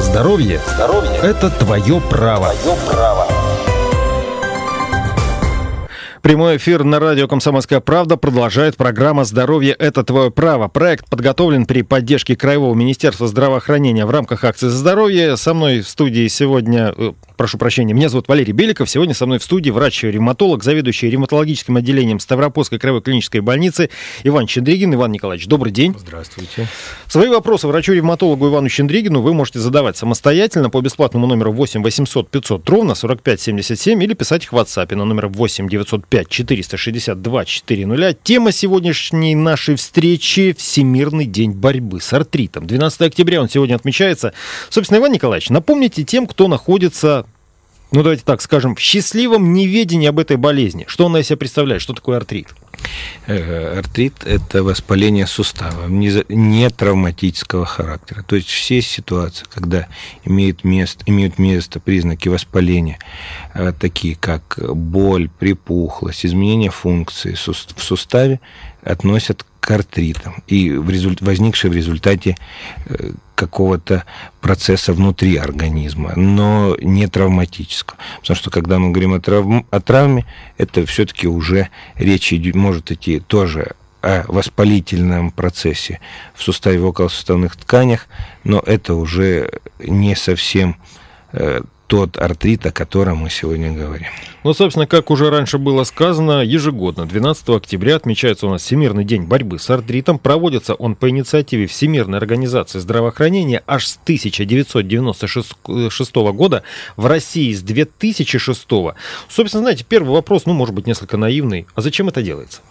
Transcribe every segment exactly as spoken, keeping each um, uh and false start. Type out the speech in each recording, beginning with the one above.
Здоровье, Здоровье – это твое право. Твое право. Прямой эфир на радио «Комсомольская правда» продолжает программа «Здоровье – это твое право». Проект подготовлен при поддержке Краевого министерства здравоохранения в рамках акции «За здоровье». Со мной в студии сегодня, прошу прощения, меня зовут Валерий Беликов. Сегодня со мной в студии врач-ревматолог, заведующий ревматологическим отделением Ставропольской краевой клинической больницы Иван Чендригин. Иван Николаевич, добрый день. Здравствуйте. Свои вопросы врачу-ревматологу Ивану Чендригину вы можете задавать самостоятельно по бесплатному номеру восемь восемьсот пятьсот ровно сорок пять семьдесят семь или писать их в WhatsApp на номер восемь девятьсот пять четыреста шестьдесят два четыреста. Тема сегодняшней нашей встречи – Всемирный день борьбы с артритом. двенадцатого октября он сегодня отмечается. Собственно, Иван Николаевич, напомните тем, кто находится, ну давайте так скажем, в счастливом неведении об этой болезни. Что она из себя представляет? Что такое артрит? Артрит – это воспаление сустава не травматического характера. То есть все ситуации, когда имеют место, имеют место признаки воспаления, такие как боль, припухлость, изменение функции в суставе, относят к артритам и в результ... возникшие в результате какого-то процесса внутри организма, но не травматического. Потому что когда мы говорим о, травм... о травме, это все-таки уже речь идет, может идти тоже о воспалительном процессе в суставе, в околосуставных тканях, но это уже не совсем э, тот артрит, о котором мы сегодня говорим. Ну, собственно, как уже раньше было сказано, ежегодно двенадцатого октября отмечается у нас Всемирный день борьбы с артритом. Проводится он по инициативе Всемирной организации здравоохранения аж с тысяча девятьсот девяносто шестого года, в России с две тысячи шестого. Собственно, знаете, первый вопрос, ну, может быть, несколько наивный. А зачем это делается?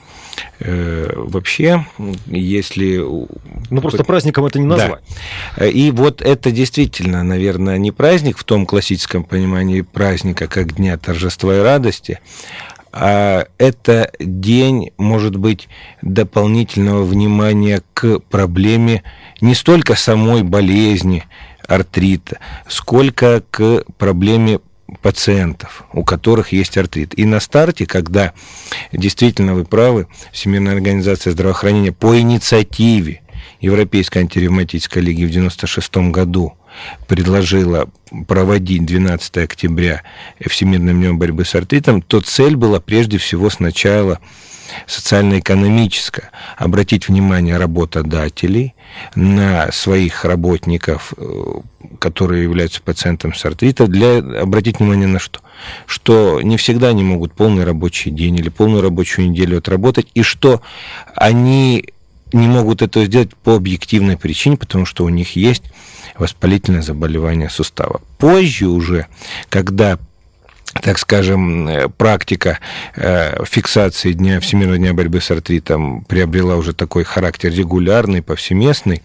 Вообще, если... Ну, просто праздником это не назвать. Да. И вот это действительно, наверное, не праздник в том классическом понимании праздника, как дня торжества и радости, а это день, может быть, дополнительного внимания к проблеме не столько самой болезни артрита, сколько к проблеме пациентов, у которых есть артрит. И на старте, когда действительно вы правы, Всемирная организация здравоохранения по инициативе Европейской антиревматической лиги в девяносто шестом году предложила проводить двенадцатого октября Всемирным днем борьбы с артритом, то цель была прежде всего сначала социально-экономическая. Обратить внимание работодателей на своих работников, которые являются пациентами с артритом, для обратить внимание на что? Что не всегда они могут полный рабочий день или полную рабочую неделю отработать, и что они не могут этого сделать по объективной причине, потому что у них есть воспалительное заболевание сустава. Позже уже, когда, так скажем, практика фиксации дня, Всемирного дня борьбы с артритом приобрела уже такой характер регулярный, повсеместный,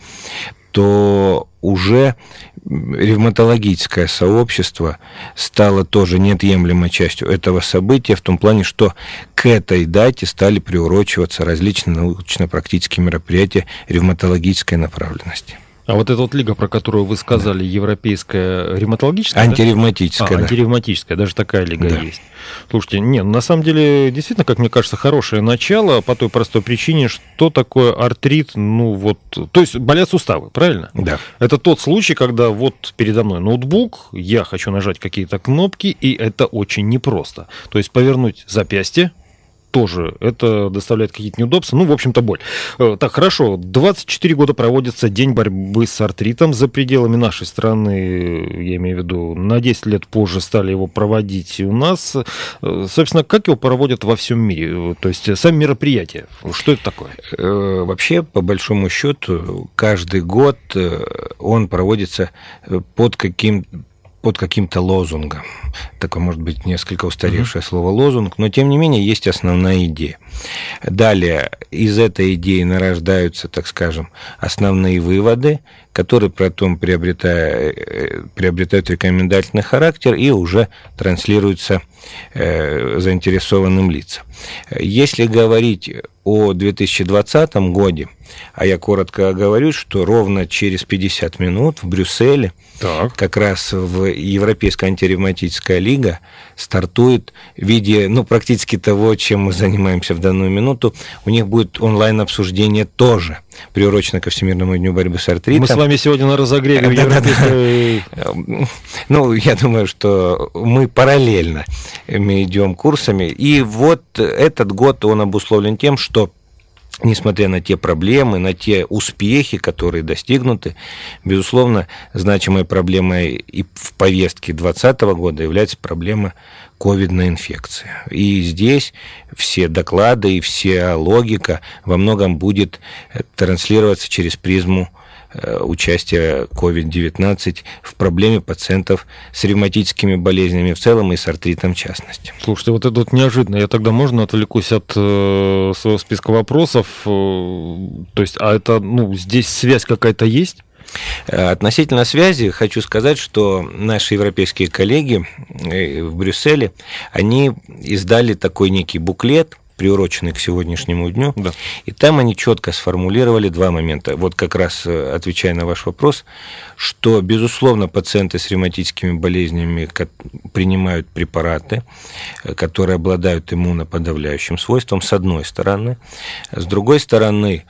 то уже ревматологическое сообщество стало тоже неотъемлемой частью этого события, в том плане, что к этой дате стали приурочиваться различные научно-практические мероприятия ревматологической направленности. А вот эта вот лига, про которую вы сказали, европейская ревматологическая? Антиревматическая, да? А, да. Антиревматическая, даже такая лига да. есть. Слушайте, не, на самом деле, действительно, как мне кажется, хорошее начало по той простой причине, что такое артрит, ну вот, то есть болят суставы, правильно? Да. Это тот случай, когда вот передо мной ноутбук, я хочу нажать какие-то кнопки, и это очень непросто. То есть повернуть запястье, тоже это доставляет какие-то неудобства, ну, в общем-то, боль. Так, хорошо, двадцать четыре года проводится День борьбы с артритом за пределами нашей страны, я имею в виду, на десять лет позже стали его проводить у нас. Собственно, как его проводят во всем мире? То есть, сами мероприятия, что это такое? Вообще, по большому счету, каждый год он проводится под каким под каким-то лозунгом. Такое, может быть, несколько устаревшее mm-hmm. слово «лозунг», но, тем не менее, есть основная идея. Далее, из этой идеи нарождаются, так скажем, основные выводы, которые потом приобретают, приобретают рекомендательный характер и уже транслируются э, заинтересованным лицам. Если говорить о две тысячи двадцатом году, А я коротко говорю, что ровно через пятьдесят минут в Брюсселе так. как раз в Европейская антиревматическая лига стартует в виде, ну, практически того, чем мы занимаемся в данную минуту. У них будет онлайн-обсуждение тоже, приурочено ко Всемирному дню борьбы с артритом. Мы с вами сегодня на разогреве европейской... Ну, я думаю, что мы параллельно мы идем курсами. И вот этот год, он обусловлен тем, что несмотря на те проблемы, на те успехи, которые достигнуты, безусловно, значимой проблемой и в повестке двадцатого года является проблема ковидной инфекции. И здесь все доклады и вся логика во многом будет транслироваться через призму участия ковид девятнадцать в проблеме пациентов с ревматическими болезнями в целом и с артритом в частности. Слушайте, вот это вот неожиданно. Я тогда, можно, отвлекусь от э, своего списка вопросов? Э, то есть, а это, ну, здесь связь какая-то есть? Относительно связи хочу сказать, что наши европейские коллеги в Брюсселе, они издали такой некий буклет, приуроченный к сегодняшнему дню, да. И там они четко сформулировали два момента. Вот как раз отвечая на ваш вопрос, что, безусловно, пациенты с ревматическими болезнями принимают препараты, которые обладают иммуноподавляющим свойством, с одной стороны. С другой стороны,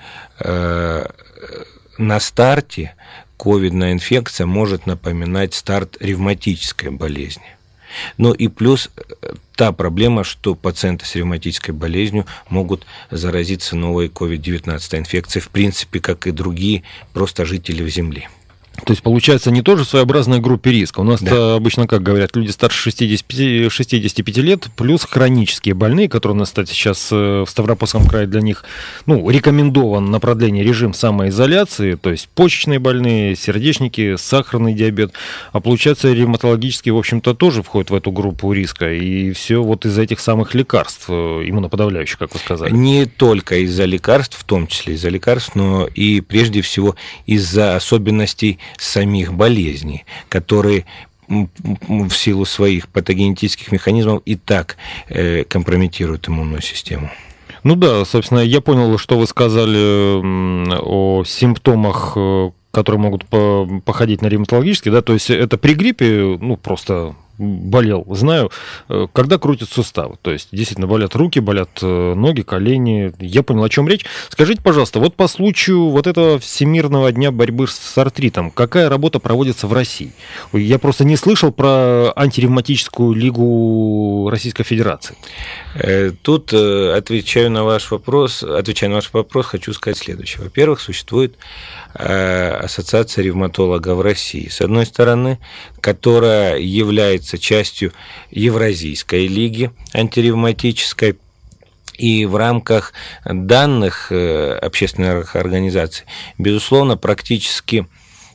на старте ковидная инфекция может напоминать старт ревматической болезни. Ну и плюс та проблема, что пациенты с ревматической болезнью могут заразиться новой ковид девятнадцать инфекцией, в принципе, как и другие просто жители Земли. То есть, получается, не тоже своеобразная группа риска. У нас да. обычно, как говорят, люди старше шестидесяти пяти лет, плюс хронические больные, которые у нас, кстати, сейчас в Ставропольском крае для них, ну, рекомендован на продление режим самоизоляции, то есть почечные больные, сердечники, сахарный диабет. А получается, ревматологические, в общем-то, тоже входят в эту группу риска. И все вот из-за этих самых лекарств, иммуноподавляющих, как вы сказали. Не только из-за лекарств, в том числе из-за лекарств, но и прежде всего из-за особенностей самих болезней, которые в силу своих патогенетических механизмов и так э, компрометируют иммунную систему. Ну да, собственно, я понял, что вы сказали о симптомах, которые могут походить на ревматологические, да, то есть это при гриппе, ну, просто болел, знаю, когда крутят суставы, то есть действительно болят руки, болят ноги, колени, я понял, о чем речь. Скажите, пожалуйста, вот по случаю вот этого Всемирного дня борьбы с артритом, какая работа проводится в России? Я просто не слышал про антиревматическую лигу Российской Федерации. Тут отвечаю на ваш вопрос, отвечая на ваш вопрос, хочу сказать следующее. Во-первых, существует Ассоциация ревматологов России, с одной стороны, которая является частью Евразийской лиги антиревматической, и в рамках данных общественных организаций, безусловно, практически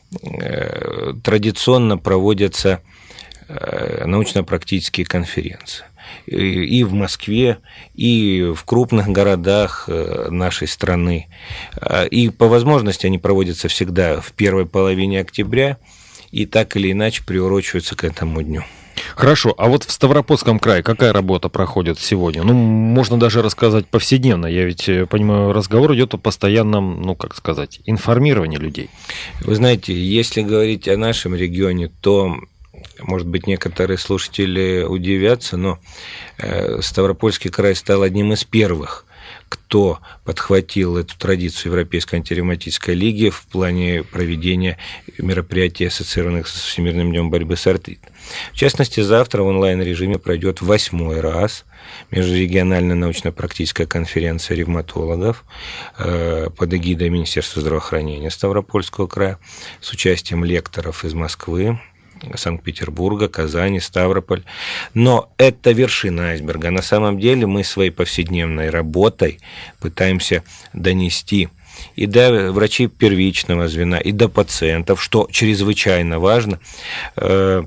традиционно проводятся научно-практические конференции. И в Москве, и в крупных городах нашей страны. И по возможности они проводятся всегда в первой половине октября и так или иначе приурочиваются к этому дню. Хорошо, а вот в Ставропольском крае какая работа проходит сегодня? Ну, можно даже рассказать повседневно. Я ведь понимаю, разговор идет о постоянном, ну, как сказать, информировании людей. Вы знаете, если говорить о нашем регионе, то, может быть, некоторые слушатели удивятся, но Ставропольский край стал одним из первых, кто подхватил эту традицию Европейской антиревматической лиги в плане проведения мероприятий, ассоциированных с Всемирным днем борьбы с артритом. В частности, завтра в онлайн-режиме пройдет восьмой раз межрегиональная научно-практическая конференция ревматологов под эгидой Министерства здравоохранения Ставропольского края с участием лекторов из Москвы, Санкт-Петербурга, Казани, Ставрополь. Но это вершина айсберга. На самом деле мы своей повседневной работой пытаемся донести и до врачей первичного звена, и до пациентов, что чрезвычайно важно, э,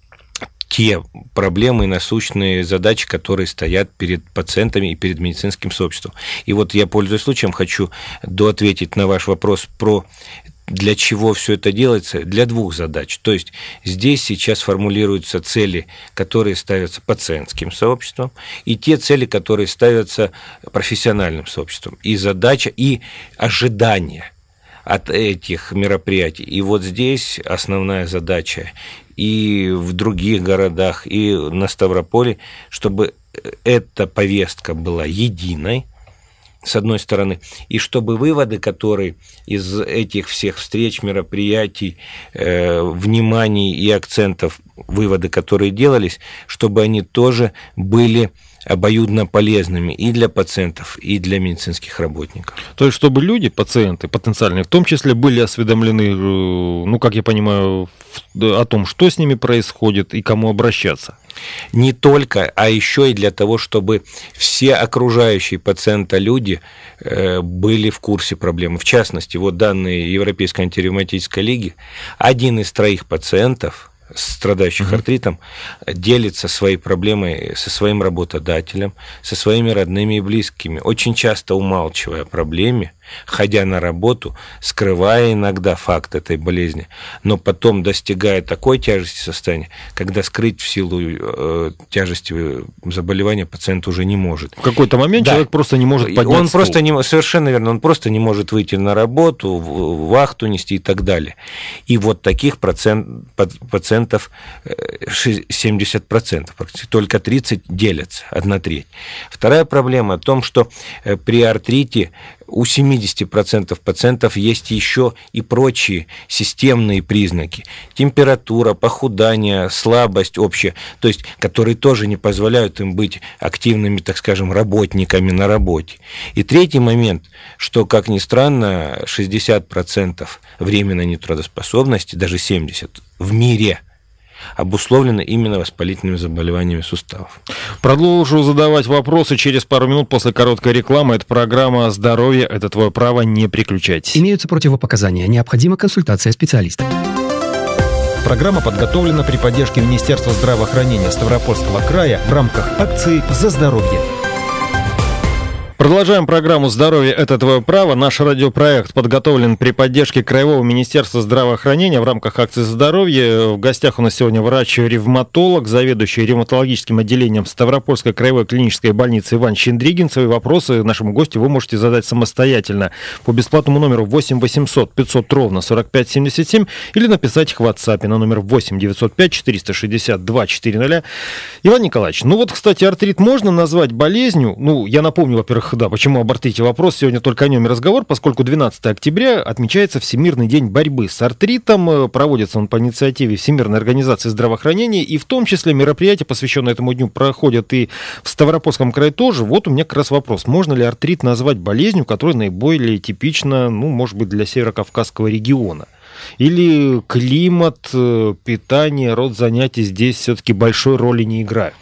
те проблемы и насущные задачи, которые стоят перед пациентами и перед медицинским сообществом. И вот я, пользуясь случаем, хочу доответить на ваш вопрос про Для чего все это делается? Для двух задач. То есть здесь сейчас формулируются цели, которые ставятся пациентским сообществом, и те цели, которые ставятся профессиональным сообществом. И задача, и ожидание от этих мероприятий. И вот здесь основная задача и в других городах, и на Ставрополе, чтобы эта повестка была единой, с одной стороны, и чтобы выводы, которые из этих всех встреч, мероприятий, э, вниманий и акцентов, выводы, которые делались, чтобы они тоже были обоюдно полезными и для пациентов, и для медицинских работников. То есть, чтобы люди, пациенты потенциальные, в том числе были осведомлены, ну, как я понимаю, о том, что с ними происходит и кому обращаться. Не только, а еще и для того, чтобы все окружающие пациента люди были в курсе проблемы. В частности, вот данные Европейской антиревматической лиги, один из троих пациентов, страдающих mm-hmm. артритом, делится своей проблемой со своим работодателем, со своими родными и близкими, очень часто умалчивая о проблеме, ходя на работу, скрывая иногда факт этой болезни, но потом достигая такой тяжести состояния, когда скрыть в силу э, тяжести заболевания пациент уже не может. В какой-то момент да. человек просто не может поднять он стул. просто не, совершенно верно, он просто не может выйти на работу, вахту нести и так далее. И вот таких процент, пациентов семьдесят процентов, практически только тридцать процентов делятся, одна треть. Вторая проблема в том, что при артрите у семьдесят процентов пациентов есть еще и прочие системные признаки. Температура, похудание, слабость общая, то есть, которые тоже не позволяют им быть активными, так скажем, работниками на работе. И третий момент, что, как ни странно, шестьдесят процентов временной нетрудоспособности, даже семьдесят процентов в мире обусловлено именно воспалительными заболеваниями суставов. Продолжу задавать вопросы через пару минут после короткой рекламы. Это программа «Здоровье – это твое право», не переключайтесь. Имеются противопоказания. Необходима консультация специалиста. Программа подготовлена при поддержке Министерства здравоохранения Ставропольского края в рамках акции «За здоровье». Продолжаем программу «Здоровье – это твое право». Наш радиопроект подготовлен при поддержке Краевого министерства здравоохранения в рамках акции «Здоровье». В гостях у нас сегодня врач-ревматолог, заведующий ревматологическим отделением Ставропольской краевой клинической больницы Иван Щендригин. Свои вопросы нашему гостю вы можете задать самостоятельно по бесплатному номеру восемь восемьсот пятьсот ровно сорок пять семьдесят семь или написать их в WhatsApp на номер восемь девятьсот пять четыреста шестьдесят два четыреста. Иван Николаевич, ну вот, кстати, артрит можно назвать болезнью? Ну, я напомню, во-первых, да, почему об артрите вопрос, сегодня только о нем и разговор, поскольку двенадцатого октября отмечается Всемирный день борьбы с артритом, проводится он по инициативе Всемирной организации здравоохранения, и в том числе мероприятия, посвященные этому дню, проходят и в Ставропольском крае тоже. Вот у меня как раз вопрос, можно ли артрит назвать болезнью, которая наиболее типична, ну, может быть, для северокавказского региона? Или климат, питание, род занятий здесь все-таки большой роли не играют?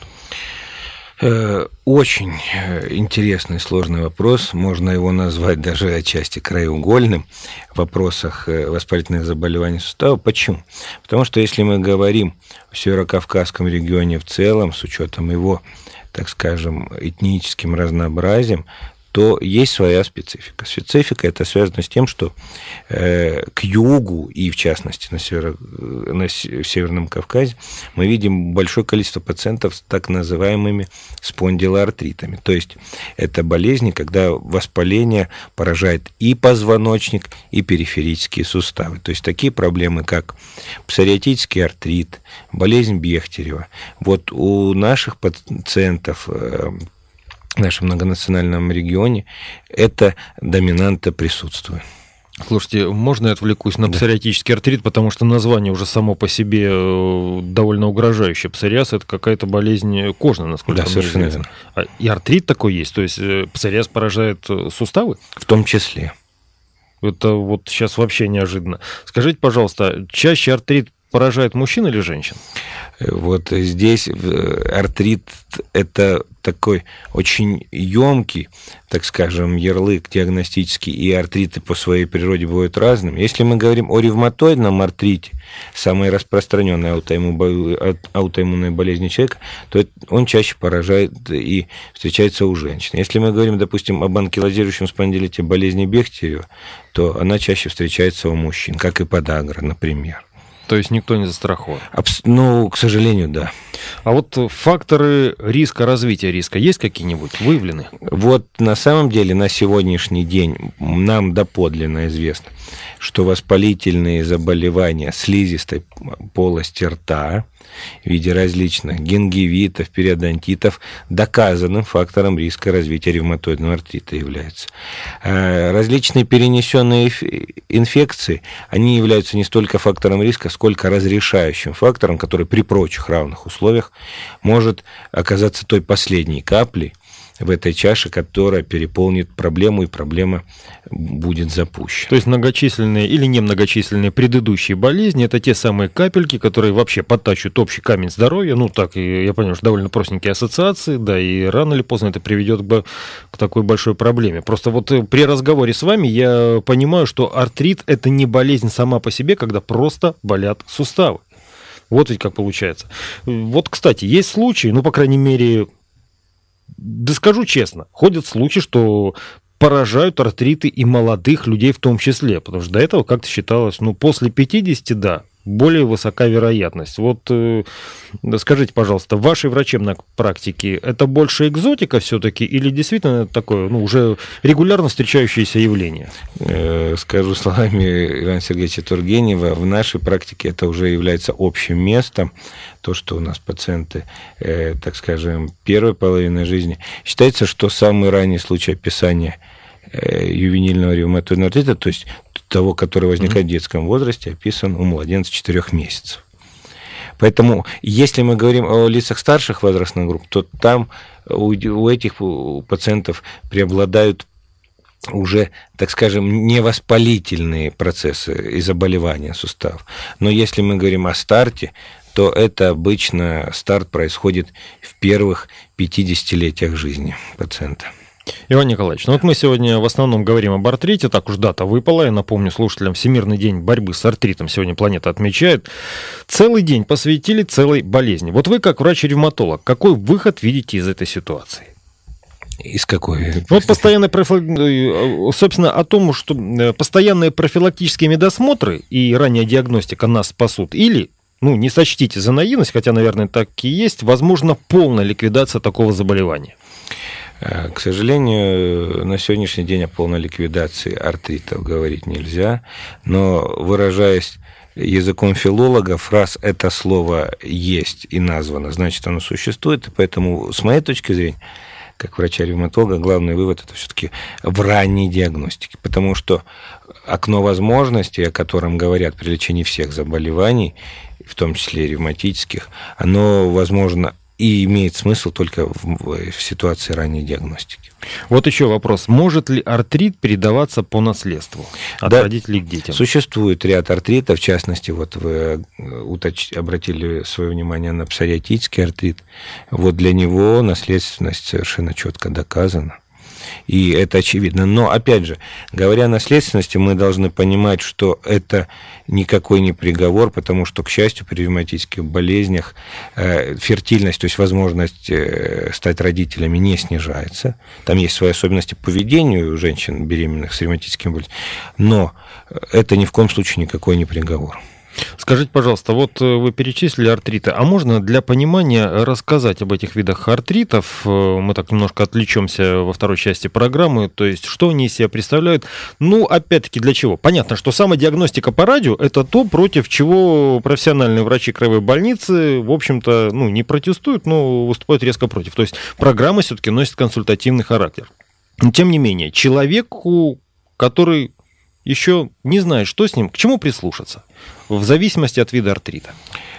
Очень интересный и сложный вопрос. Можно его назвать даже отчасти краеугольным в вопросах воспалительных заболеваний сустава. Почему? Потому что если мы говорим о северокавказском регионе в целом, с учетом его, так скажем, этническим разнообразием, то есть своя специфика. Специфика это связано с тем, что э, к югу и, в частности, на, северо, на Северном Кавказе мы видим большое количество пациентов с так называемыми спондилоартритами. То есть это болезни, когда воспаление поражает и позвоночник, и периферические суставы. То есть такие проблемы, как псориатический артрит, болезнь Бехтерева. Вот у наших пациентов э, в нашем многонациональном регионе эта доминанта присутствует. Слушайте, можно я отвлекусь на псориатический артрит, потому что название уже само по себе довольно угрожающее. Псориаз – это какая-то болезнь кожная, насколько да, совершенно верно. И артрит такой есть, то есть псориаз поражает суставы? В том числе. Это вот сейчас вообще неожиданно. Скажите, пожалуйста, чаще артрит поражает мужчин или женщин? Вот здесь артрит – это такой очень емкий, так скажем, ярлык диагностический, и артриты по своей природе бывают разными. Если мы говорим о ревматоидном артрите, самой распространенной аутоиммунной болезни человека, то он чаще поражает и встречается у женщин. Если мы говорим, допустим, об анкилозирующем спондилите болезни Бехтерева, то она чаще встречается у мужчин, как и подагра, например. То есть никто не застрахован? Абс- ну, к сожалению, да. А вот факторы риска, развития риска есть какие-нибудь выявлены? Вот на самом деле на сегодняшний день нам доподлинно известно, что воспалительные заболевания слизистой полости рта в виде различных гингивитов, периодонтитов доказанным фактором риска развития ревматоидного артрита являются. Различные перенесенные инфекции, они являются не столько фактором риска, сколько разрешающим фактором, который при прочих равных условиях может оказаться той последней каплей в этой чаше, которая переполнит проблему, и проблема будет запущена. То есть многочисленные или немногочисленные предыдущие болезни – это те самые капельки, которые вообще подтачивают общий камень здоровья. Ну, так, и я понимаю, что довольно простенькие ассоциации, да, и рано или поздно это приведет к, к такой большой проблеме. Просто вот при разговоре с вами я понимаю, что артрит – это не болезнь сама по себе, когда просто болят суставы. Вот ведь как получается. Вот, кстати, есть случаи, ну, по крайней мере, да скажу честно, ходят слухи, что поражают артриты и молодых людей в том числе, потому что до этого как-то считалось, ну, после пятидесяти, да, более высока вероятность. Вот э, скажите, пожалуйста, в вашей врачебной практике это больше экзотика все-таки или действительно такое, ну, уже регулярно встречающееся явление? Скажу словами Ивана Сергеевича Тургенева, в нашей практике это уже является общим местом. То, что у нас пациенты, э, так скажем, первой половины жизни. Считается, что самый ранний случай описания э, ювенильного ревматоидного артрита, то есть того, который возникает mm-hmm. в детском возрасте, описан у младенца четырёх месяцев. Поэтому, если мы говорим о лицах старших возрастных групп, то там у, у этих пациентов преобладают уже, так скажем, невоспалительные процессы и заболевания суставов. Но если мы говорим о старте, то это обычно старт происходит в первых пятидесятилетиях жизни пациента. Иван Николаевич, ну вот мы сегодня в основном говорим об артрите, так уж дата выпала, я напомню слушателям, Всемирный день борьбы с артритом сегодня планета отмечает. Целый день посвятили целой болезни. Вот вы, как врач-ревматолог, какой выход видите из этой ситуации? Из какой? Вот постоянно, собственно, о том, что постоянные профилактические медосмотры и ранняя диагностика нас спасут, или, ну, не сочтите за наивность, хотя, наверное, так и есть, возможно, полная ликвидация такого заболевания. К сожалению, на сегодняшний день о полной ликвидации артритов говорить нельзя, но, выражаясь языком филологов, раз это слово есть и названо, значит, оно существует, и поэтому, с моей точки зрения, как врача-ревматолога, главный вывод – это все-таки в ранней диагностике, потому что окно возможностей, о котором говорят при лечении всех заболеваний, в том числе и ревматических, оно возможно и имеет смысл только в, в ситуации ранней диагностики. Вот еще вопрос. Может ли артрит передаваться по наследству от да, родителей к детям? Существует ряд артритов, в частности, вот вы уточ... обратили свое внимание на псориатический артрит. Вот для него наследственность совершенно четко доказана. И это очевидно. Но, опять же, говоря о наследственности, мы должны понимать, что это никакой не приговор, потому что, к счастью, при ревматических болезнях э, фертильность, то есть возможность э, стать родителями, не снижается. Там есть свои особенности поведения у женщин, беременных с ревматическим болезнью. Но это ни в коем случае никакой не приговор. Скажите, пожалуйста, вот вы перечислили артриты, а можно для понимания рассказать об этих видах артритов? Мы так немножко отвлечемся во второй части программы, то есть что они из себя представляют? Ну, опять-таки, для чего? Понятно, что самодиагностика по радио – это то, против чего профессиональные врачи краевой больницы, в общем-то, ну, не протестуют, но выступают резко против. То есть программа все-таки носит консультативный характер. Но, тем не менее, человеку, который еще не знает, что с ним, к чему прислушаться, в зависимости от вида артрита?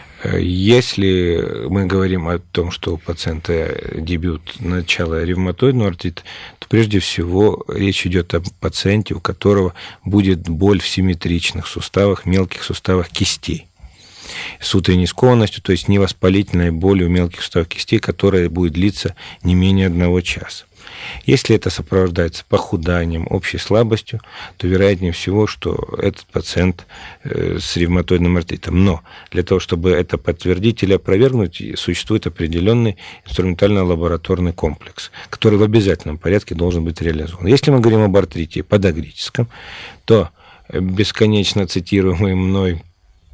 Если мы говорим о том, что у пациента дебют начала ревматоидного артрита, то прежде всего речь идет о пациенте, у которого будет боль в симметричных суставах, мелких суставах кистей. с утренней скованностью, то есть невоспалительной болью мелких суставов кистей, которая будет длиться не менее одного часа. Если это сопровождается похуданием, общей слабостью, то вероятнее всего, что этот пациент с ревматоидным артритом. Но для того, чтобы это подтвердить или опровергнуть, существует определенный инструментально-лабораторный комплекс, который в обязательном порядке должен быть реализован. Если мы говорим об артрите подагрическом, то бесконечно цитируемый мной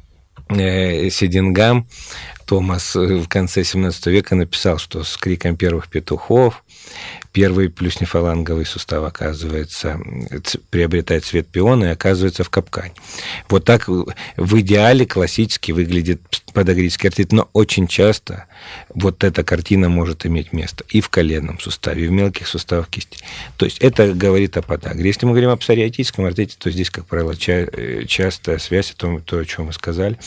Сидингам Томас в конце семнадцатого века написал, что с криком первых петухов первый плюснефаланговый сустав, оказывается, приобретает цвет пиона и оказывается в капкане. Вот так в идеале классически выглядит подагрический артрит, но очень часто вот эта картина может иметь место и в коленном суставе, и в мелких суставах кисти. То есть это говорит о подагре. Если мы говорим о псориатическом артрите, то здесь, как правило, ча- частая связь, то, то, о чем мы сказали,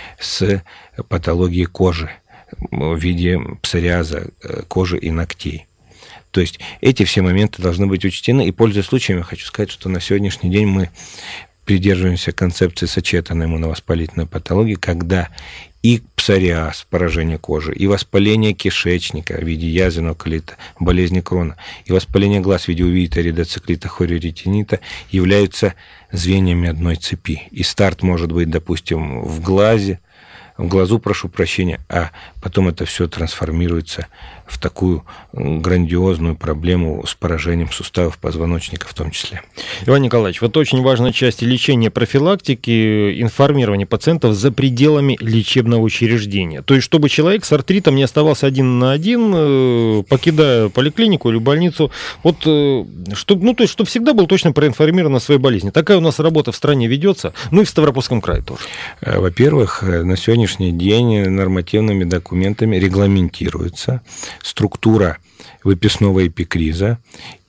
с патологией кожи в виде псориаза кожи и ногтей. То есть эти все моменты должны быть учтены. И, пользуясь случаем, я хочу сказать, что на сегодняшний день мы придерживаемся концепции сочетанной иммуновоспалительной патологии, когда и псориаз, поражение кожи, и воспаление кишечника в виде язвенного колита, болезни Крона, и воспаление глаз в виде увеита, редоциклита, хориоретинита являются звеньями одной цепи. И старт может быть, допустим, в глазе, в глазу, прошу прощения, а потом это все трансформируется в такую грандиозную проблему с поражением суставов позвоночника в том числе. Иван Николаевич, вот очень важная часть лечения, профилактики, информирования пациентов за пределами лечебного учреждения. То есть, чтобы человек с артритом не оставался один на один, покидая поликлинику или больницу, вот, чтобы, ну, то есть, чтобы всегда был точно проинформирован о своей болезни. Такая у нас работа в стране ведется, ну и в Ставропольском крае тоже. Во-первых, на сегодняшний день нормативными документами регламентируется структура выписного эпикриза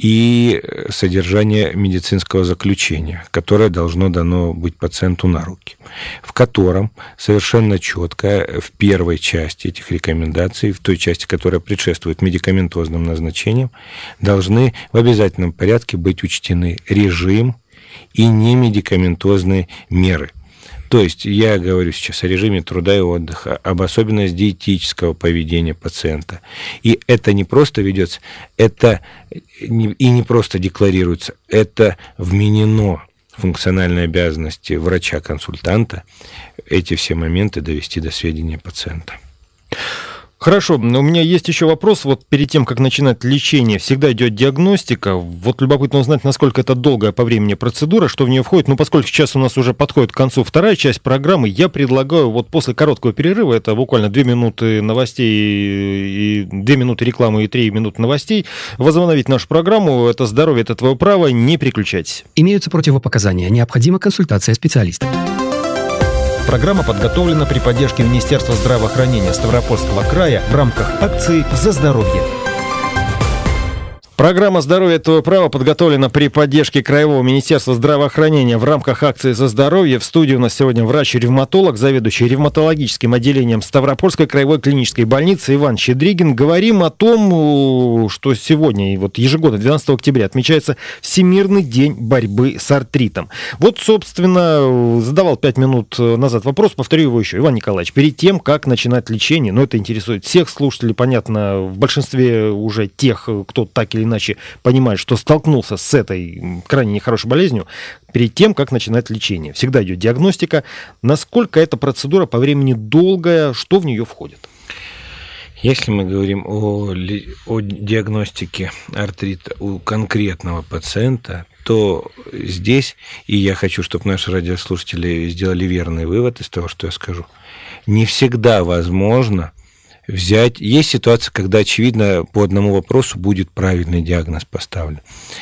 и содержание медицинского заключения, которое должно дано быть пациенту на руки, в котором совершенно четко в первой части этих рекомендаций, в той части, которая предшествует медикаментозным назначениям, должны в обязательном порядке быть учтены режим и немедикаментозные меры. То есть я говорю сейчас о режиме труда и отдыха, об особенности диетического поведения пациента. И это не просто ведется, это и не просто декларируется, это вменено в функциональные обязанности врача-консультанта эти все моменты довести до сведения пациента. Хорошо, у меня есть еще вопрос. Вот перед тем, как начинать лечение, всегда идет диагностика. Вот любопытно узнать, насколько это долгая по времени процедура, что в нее входит. Ну, поскольку сейчас у нас уже подходит к концу вторая часть программы, я предлагаю вот после короткого перерыва, это буквально две минуты новостей, и две минуты рекламы и три минуты новостей, возобновить нашу программу. Это здоровье, это твое право, не переключайтесь. Имеются противопоказания, необходима консультация специалиста. Программа подготовлена при поддержке Министерства здравоохранения Ставропольского края в рамках акции «За здоровье». Программа «Здоровье – твое право» подготовлена при поддержке Краевого министерства здравоохранения в рамках акции «За здоровье». В студии у нас сегодня врач-ревматолог, заведующий ревматологическим отделением Ставропольской краевой клинической больницы Иван Щедригин. Говорим о том, что сегодня, вот ежегодно, двенадцатого октября, отмечается Всемирный день борьбы с артритом. Вот, собственно, задавал пять минут назад вопрос, повторю его еще. Иван Николаевич, перед тем, как начинать лечение, ну, это интересует всех слушателей, понятно, в большинстве уже тех, кто так или иначе понимает, что столкнулся с этой крайне нехорошей болезнью, перед тем, как начинать лечение. Всегда идет диагностика. Насколько эта процедура по времени долгая, что в нее входит? Если мы говорим о, о диагностике артрита у конкретного пациента, то здесь, и я хочу, чтобы наши радиослушатели сделали верный вывод из того, что я скажу, не всегда возможно взять... Есть ситуация, когда, очевидно, по одному вопросу будет правильный диагноз поставлен.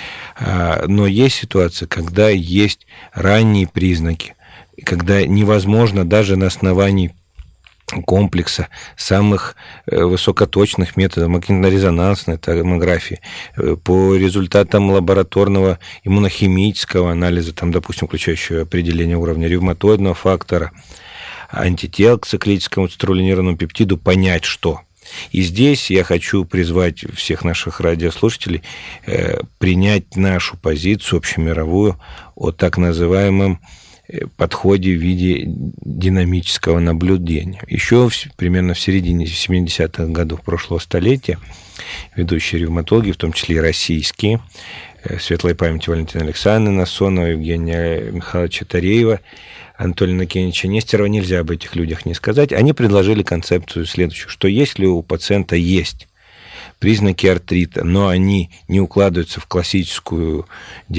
Но есть ситуация, когда есть ранние признаки, когда невозможно даже на основании комплекса самых высокоточных методов магнитно-резонансной томографии по результатам лабораторного иммунохимического анализа, там, допустим, включающего определение уровня ревматоидного фактора, антител к циклическому цитруллинированному пептиду, понять, что. И здесь я хочу призвать всех наших радиослушателей э, принять нашу позицию общемировую о так называемом подходе в виде динамического наблюдения. Еще примерно в середине семидесятых годов прошлого столетия ведущие ревматологи, в том числе и российские, светлой памяти Валентина Александровна Насонова, Евгения Михайловича Тареева, Анатолия Иннокентьевича Нестерова, нельзя об этих людях не сказать, они предложили концепцию следующую, что если у пациента есть признаки артрита, но они не укладываются в классическую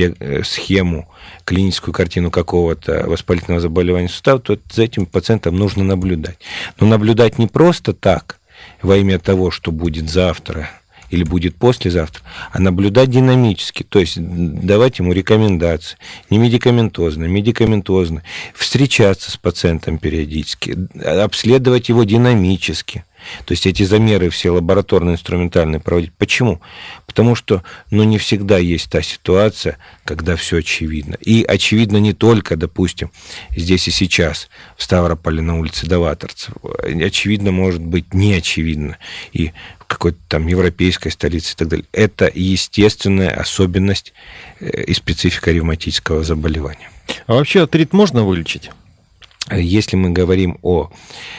схему, клиническую картину какого-то воспалительного заболевания сустава, то за этим пациентом нужно наблюдать. Но наблюдать не просто так, во имя того, что будет завтра или будет послезавтра, а наблюдать динамически, то есть давать ему рекомендации, не медикаментозно, медикаментозно, встречаться с пациентом периодически, обследовать его динамически. То есть эти замеры все лабораторно-инструментальные проводить. Почему? Потому что ну, не всегда есть та ситуация, когда все очевидно. И очевидно не только, допустим, здесь и сейчас, в Ставрополе на улице Даваторцев. Очевидно может быть не очевидно. И в какой-то там европейской столице и так далее. Это естественная особенность и специфика ревматического заболевания. А вообще артрит можно вылечить? Если мы говорим о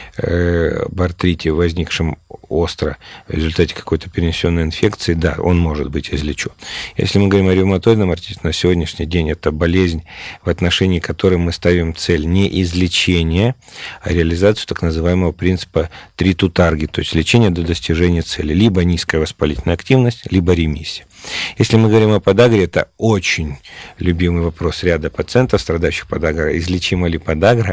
э, артрите, возникшем остро в результате какой-то перенесенной инфекции, да, он может быть излечен. Если мы говорим о ревматоидном артрите, на сегодняшний день это болезнь, в отношении которой мы ставим цель не излечения, а реализацию так называемого принципа treat to target, то есть лечение до достижения цели. Либо низкая воспалительная активность, либо ремиссия. Если мы говорим о подагре, это очень любимый вопрос ряда пациентов, страдающих подагрой. Излечима ли подагра?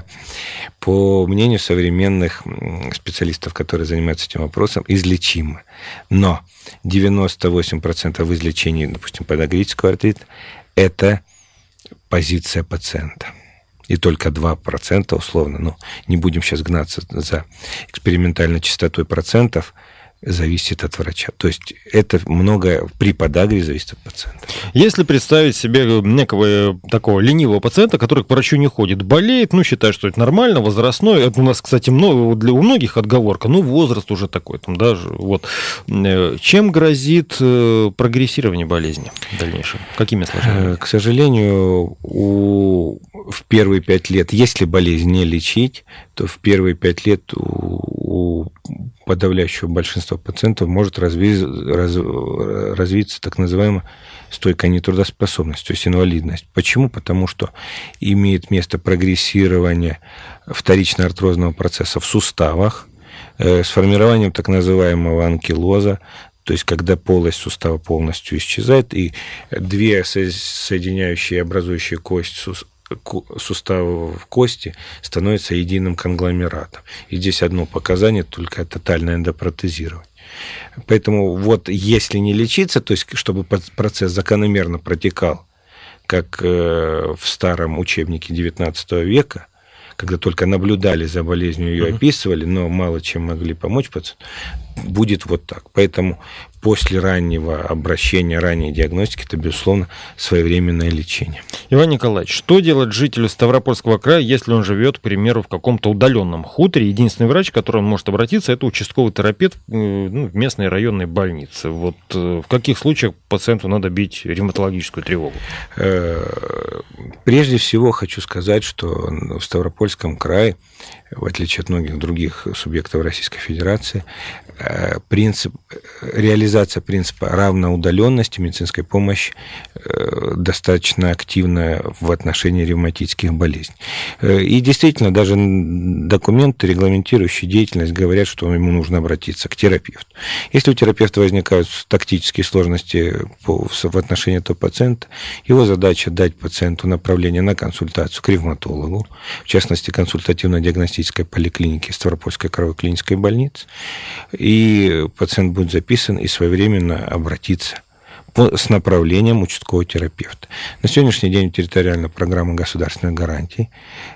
По мнению современных специалистов, которые занимаются этим вопросом, излечима. Но девяносто восемь процентов в излечении, допустим, подагрического артрита – это позиция пациента. И только два процента, условно, ну, не будем сейчас гнаться за экспериментальной частотой процентов, зависит от врача. То есть это многое при подагре зависит от пациента. Если представить себе некого такого ленивого пациента, который к врачу не ходит, болеет, ну, считает, что это нормально, возрастной, это у нас, кстати, много, для, у многих отговорка, ну, возраст уже такой, там, даже, вот. Чем грозит прогрессирование болезни в дальнейшем? Какими осложнениями? К сожалению, у, в первые пять лет, если болезнь не лечить, то в первые пять лет у, у подавляющего большинства пациентов может разви, раз, развиться так называемая стойкая нетрудоспособность, то есть инвалидность. Почему? Потому что имеет место прогрессирование вторично-артрозного процесса в суставах э, с формированием так называемого анкилоза, то есть когда полость сустава полностью исчезает, и две соединяющие и образующие кость суставов в кости становится единым конгломератом. И здесь одно показание, только тотальное эндопротезирование. Поэтому вот если не лечиться, то есть чтобы процесс закономерно протекал, как в старом учебнике девятнадцатого века, когда только наблюдали за болезнью, ее uh-huh. описывали, но мало чем могли помочь пациенту, будет вот так. Поэтому после раннего обращения, ранней диагностики, это, безусловно, своевременное лечение. Иван Николаевич, что делать жителю Ставропольского края, если он живет, к примеру, в каком-то удаленном хуторе? Единственный врач, к которому он может обратиться, это участковый терапевт ну, в местной районной больнице. Вот в каких случаях пациенту надо бить ревматологическую тревогу? Прежде всего хочу сказать, что в Ставропольском крае, в отличие от многих других субъектов Российской Федерации, принцип, реализация принципа равноудаленности медицинской помощи достаточно активна в отношении ревматических болезней. И действительно, даже документы, регламентирующие деятельность, говорят, что ему нужно обратиться к терапевту. Если у терапевта возникают тактические сложности в отношении этого пациента, его задача дать пациенту направление на консультацию к ревматологу, в частности, консультативно-диагностической поликлиники Ставропольской краевой клинической больницы, и пациент будет записан и своевременно обратиться с направлением участкового терапевта. На сегодняшний день территориальная программа государственных гарантий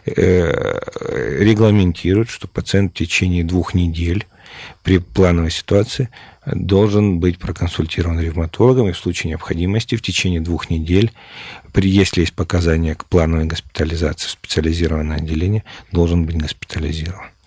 регламентирует, что пациент в течение двух недель при плановой ситуации должен быть проконсультирован ревматологом и в случае необходимости в течение двух недель, если есть показания к плановой госпитализации в специализированное отделение, должен быть госпитализирован.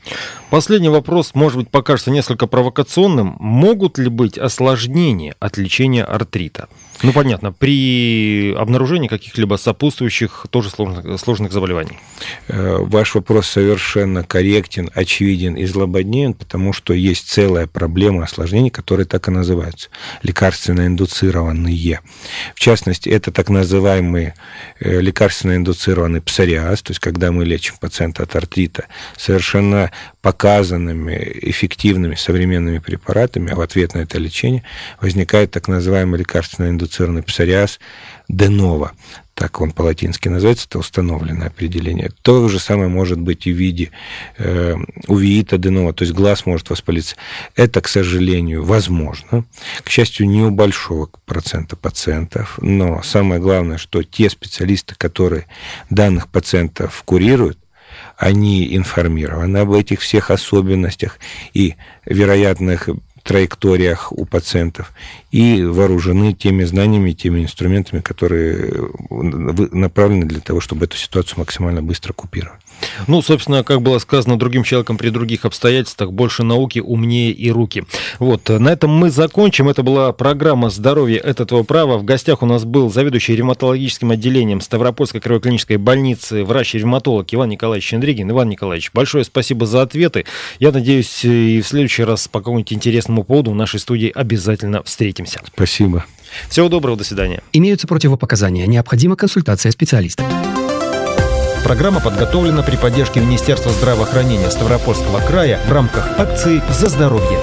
Последний вопрос, может быть, покажется несколько провокационным. Могут ли быть осложнения от лечения артрита? Ну, понятно, при обнаружении каких-либо сопутствующих тоже сложных, сложных заболеваний. Ваш вопрос совершенно корректен, очевиден и злободневен, потому что есть целая проблема осложнений, которые так и называются – лекарственно-индуцированные. В частности, это так называемый лекарственно-индуцированный псориаз, то есть когда мы лечим пациента от артрита совершенно показанными, эффективными современными препаратами, а в ответ на это лечение возникает так называемый лекарственно-индуцированный псориаз де-ново. Так он по-латински называется, это установленное определение. То же самое может быть и в виде э, увеита де-ново, то есть глаз может воспалиться. Это, к сожалению, возможно. К счастью, не у большого процента пациентов, но самое главное, что те специалисты, которые данных пациентов курируют, они информированы об этих всех особенностях и вероятных траекториях у пациентов и вооружены теми знаниями, теми инструментами, которые направлены для того, чтобы эту ситуацию максимально быстро купировать. Ну, собственно, как было сказано другим человеком при других обстоятельствах, больше науки, умнее и руки. Вот, на этом мы закончим. Это была программа «Здоровье – это твое право». В гостях у нас был заведующий ревматологическим отделением Ставропольской краевой клинической больницы, врач-ревматолог Иван Николаевич Шендригин. Иван Николаевич, большое спасибо за ответы. Я надеюсь, и в следующий раз по какому-нибудь интересному поводу в нашей студии обязательно встретимся. Спасибо. Всего доброго, до свидания. Имеются противопоказания. Необходима консультация специалиста. Программа подготовлена при поддержке Министерства здравоохранения Ставропольского края в рамках акции «За здоровье».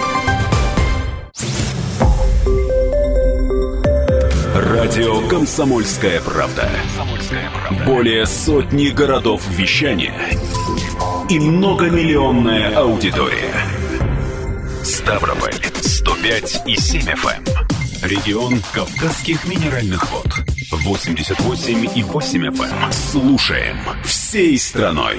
Радио «Комсомольская правда». Более сотни городов вещания и многомиллионная аудитория. Ставрополь сто пять и семь эф эм. Регион Кавказских минеральных вод восемьдесят восемь и восемь эф эм. Слушаем всей страной.